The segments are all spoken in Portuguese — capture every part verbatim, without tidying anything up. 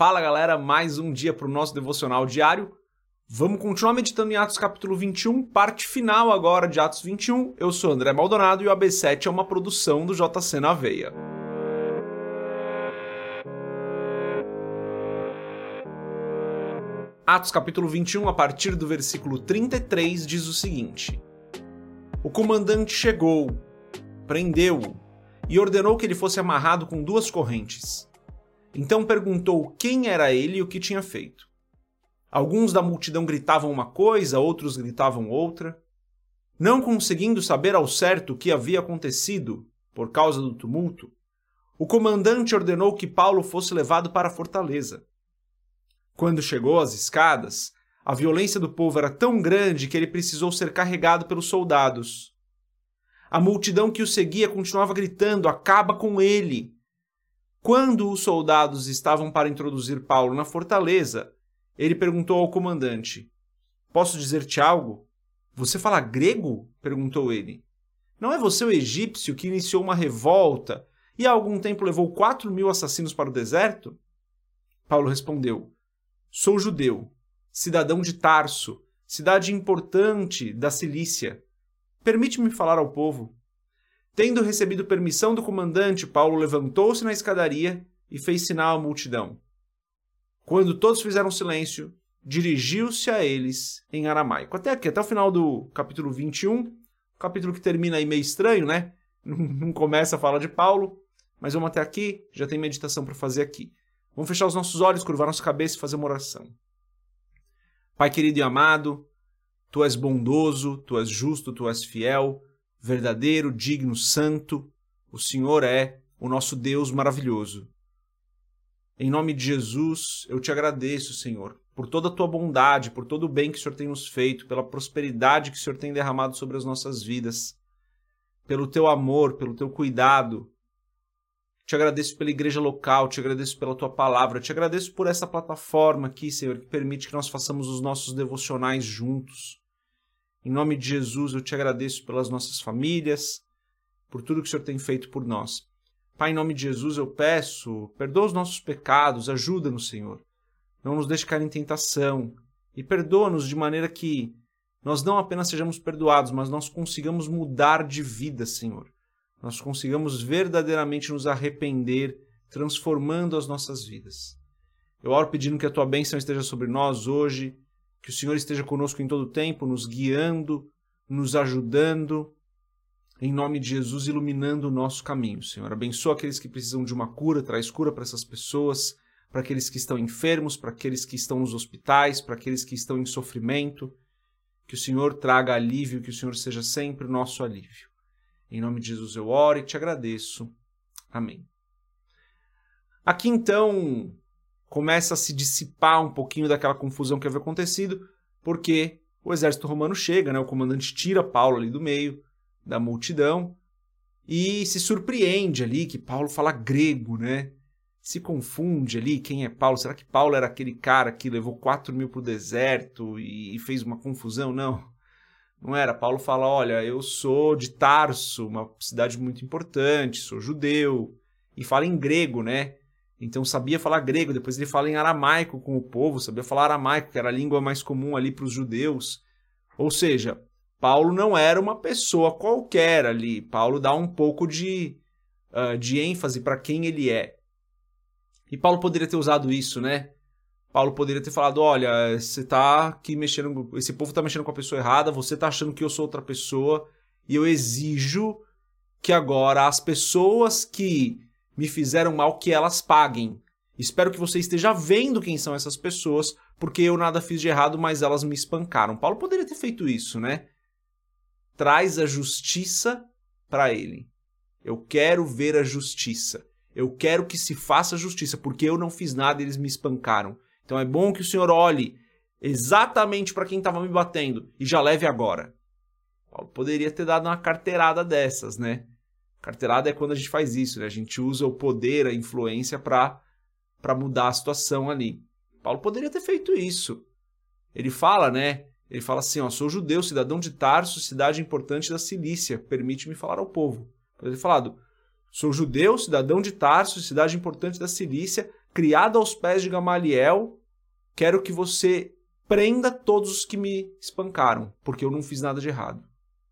Fala galera, mais um dia para o nosso devocional diário. Vamos continuar meditando em Atos capítulo vinte e um, parte final agora de Atos vinte e um. Eu sou André Maldonado e o A B sete é uma produção do J C na Veia. Atos capítulo vinte e um, a partir do versículo trinta e três, diz o seguinte: O comandante chegou, prendeu-o e ordenou que ele fosse amarrado com duas correntes. Então perguntou quem era ele e o que tinha feito. Alguns da multidão gritavam uma coisa, outros gritavam outra. Não conseguindo saber ao certo o que havia acontecido, por causa do tumulto, o comandante ordenou que Paulo fosse levado para a fortaleza. Quando chegou às escadas, a violência do povo era tão grande que ele precisou ser carregado pelos soldados. A multidão que o seguia continuava gritando: "Acaba com ele!" Quando os soldados estavam para introduzir Paulo na fortaleza, ele perguntou ao comandante: "Posso dizer-te algo? Você fala grego?" perguntou ele. "Não é você o egípcio que iniciou uma revolta e há algum tempo levou quatro mil assassinos para o deserto?" Paulo respondeu: "Sou judeu, cidadão de Tarso, cidade importante da Cilícia. Permite-me falar ao povo." Tendo recebido permissão do comandante, Paulo levantou-se na escadaria e fez sinal à multidão. Quando todos fizeram silêncio, dirigiu-se a eles em aramaico. Até aqui, até o final do capítulo vinte e um, capítulo que termina aí meio estranho, né? Não começa a falar de Paulo, mas vamos até aqui, já tem meditação para fazer aqui. Vamos fechar os nossos olhos, curvar nossa cabeça e fazer uma oração. Pai querido e amado, Tu és bondoso, Tu és justo, Tu és fiel, verdadeiro, digno, santo. O Senhor é o nosso Deus maravilhoso. Em nome de Jesus, eu te agradeço, Senhor, por toda a Tua bondade, por todo o bem que o Senhor tem nos feito, pela prosperidade que o Senhor tem derramado sobre as nossas vidas, pelo Teu amor, pelo Teu cuidado. Te agradeço pela igreja local, te agradeço pela Tua palavra, te agradeço por essa plataforma aqui, Senhor, que permite que nós façamos os nossos devocionais juntos. Em nome de Jesus, eu te agradeço pelas nossas famílias, por tudo que o Senhor tem feito por nós. Pai, em nome de Jesus, eu peço, perdoa os nossos pecados, ajuda-nos, Senhor. Não nos deixe cair em tentação e perdoa-nos de maneira que nós não apenas sejamos perdoados, mas nós consigamos mudar de vida, Senhor. Nós consigamos verdadeiramente nos arrepender, transformando as nossas vidas. Eu oro pedindo que a Tua bênção esteja sobre nós hoje, que o Senhor esteja conosco em todo o tempo, nos guiando, nos ajudando, em nome de Jesus, iluminando o nosso caminho, Senhor. Abençoa aqueles que precisam de uma cura, traz cura para essas pessoas, para aqueles que estão enfermos, para aqueles que estão nos hospitais, para aqueles que estão em sofrimento. Que o Senhor traga alívio, que o Senhor seja sempre o nosso alívio. Em nome de Jesus eu oro e te agradeço. Amém. Aqui então começa a se dissipar um pouquinho daquela confusão que havia acontecido, porque o exército romano chega, né? O comandante tira Paulo ali do meio da multidão e se surpreende ali que Paulo fala grego, né? Se confunde ali quem é Paulo. Será que Paulo era aquele cara que levou quatro mil para o deserto e fez uma confusão? Não, não era. Paulo fala: olha, eu sou de Tarso, uma cidade muito importante, sou judeu, e fala em grego, né? Então sabia falar grego, depois ele fala em aramaico com o povo, sabia falar aramaico, que era a língua mais comum ali para os judeus. Ou seja, Paulo não era uma pessoa qualquer ali. Paulo dá um pouco de, uh, de ênfase para quem ele é. E Paulo poderia ter usado isso, né? Paulo poderia ter falado: olha, você tá aqui mexendo, esse povo está mexendo com a pessoa errada, você está achando que eu sou outra pessoa, e eu exijo que agora as pessoas que me fizeram mal, que elas paguem. Espero que você esteja vendo quem são essas pessoas, porque eu nada fiz de errado, mas elas me espancaram. Paulo poderia ter feito isso, né? Traz a justiça para ele. Eu quero ver a justiça. Eu quero que se faça justiça, porque eu não fiz nada e eles me espancaram. Então é bom que o Senhor olhe exatamente para quem estava me batendo e já leve agora. Paulo poderia ter dado uma carteirada dessas, né? Carteirada é quando a gente faz isso, né? A gente usa o poder, a influência para para mudar a situação ali. Paulo poderia ter feito isso. Ele fala, né? Ele fala assim, ó, sou judeu, cidadão de Tarso, cidade importante da Cilícia, permite-me falar ao povo. Ele falado, sou judeu, cidadão de Tarso, cidade importante da Cilícia, criado aos pés de Gamaliel, quero que você prenda todos os que me espancaram, porque eu não fiz nada de errado.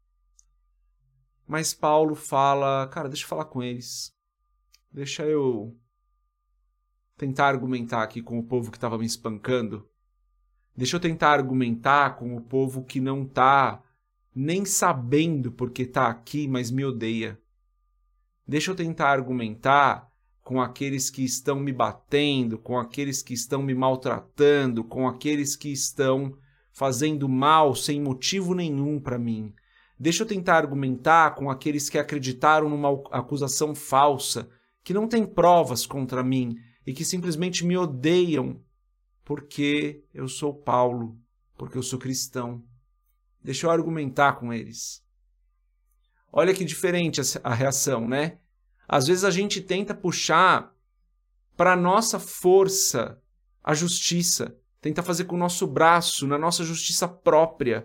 Mas Paulo fala, cara, deixa eu falar com eles. Deixa eu tentar argumentar aqui com o povo que estava me espancando. Deixa eu tentar argumentar com o povo que não está nem sabendo porque está aqui, mas me odeia. Deixa eu tentar argumentar com aqueles que estão me batendo, com aqueles que estão me maltratando, com aqueles que estão fazendo mal sem motivo nenhum para mim. Deixa eu tentar argumentar com aqueles que acreditaram numa acusação falsa, que não tem provas contra mim e que simplesmente me odeiam porque eu sou Paulo, porque eu sou cristão. Deixa eu argumentar com eles. Olha que diferente a reação, né? Às vezes a gente tenta puxar para a nossa força a justiça, tenta fazer com o nosso braço, na nossa justiça própria,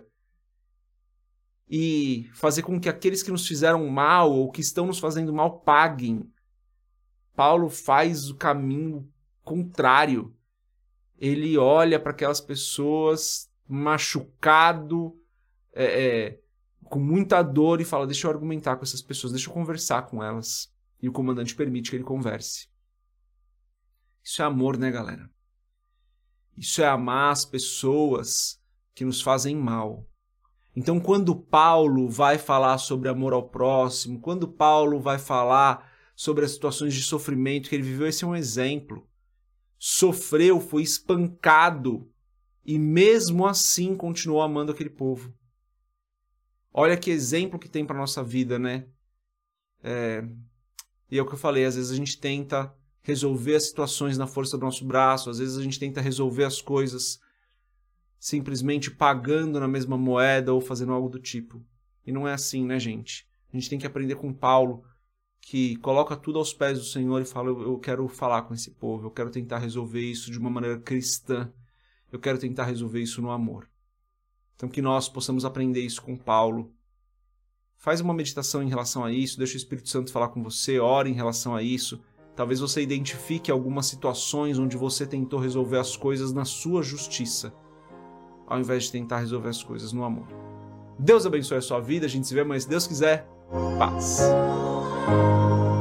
e fazer com que aqueles que nos fizeram mal ou que estão nos fazendo mal paguem. Paulo faz o caminho contrário. Ele olha para aquelas pessoas machucado, é, é, com muita dor e fala, deixa eu argumentar com essas pessoas, deixa eu conversar com elas. E o comandante permite que ele converse. Isso é amor, né, galera? Isso é amar as pessoas que nos fazem mal. Então, quando Paulo vai falar sobre amor ao próximo, quando Paulo vai falar sobre as situações de sofrimento que ele viveu, esse é um exemplo. Sofreu, foi espancado e mesmo assim continuou amando aquele povo. Olha que exemplo que tem para nossa vida, né? É... E é o que eu falei, às vezes a gente tenta resolver as situações na força do nosso braço, às vezes a gente tenta resolver as coisas simplesmente pagando na mesma moeda ou fazendo algo do tipo. E não é assim, né, gente? A gente tem que aprender com Paulo, que coloca tudo aos pés do Senhor e fala, eu, eu quero falar com esse povo, eu quero tentar resolver isso de uma maneira cristã, eu quero tentar resolver isso no amor. Então que nós possamos aprender isso com Paulo. Faz uma meditação em relação a isso, deixa o Espírito Santo falar com você, ore em relação a isso. Talvez você identifique algumas situações onde você tentou resolver as coisas na sua justiça, ao invés de tentar resolver as coisas no amor. Deus abençoe a sua vida, a gente se vê amanhã, se Deus quiser. Paz.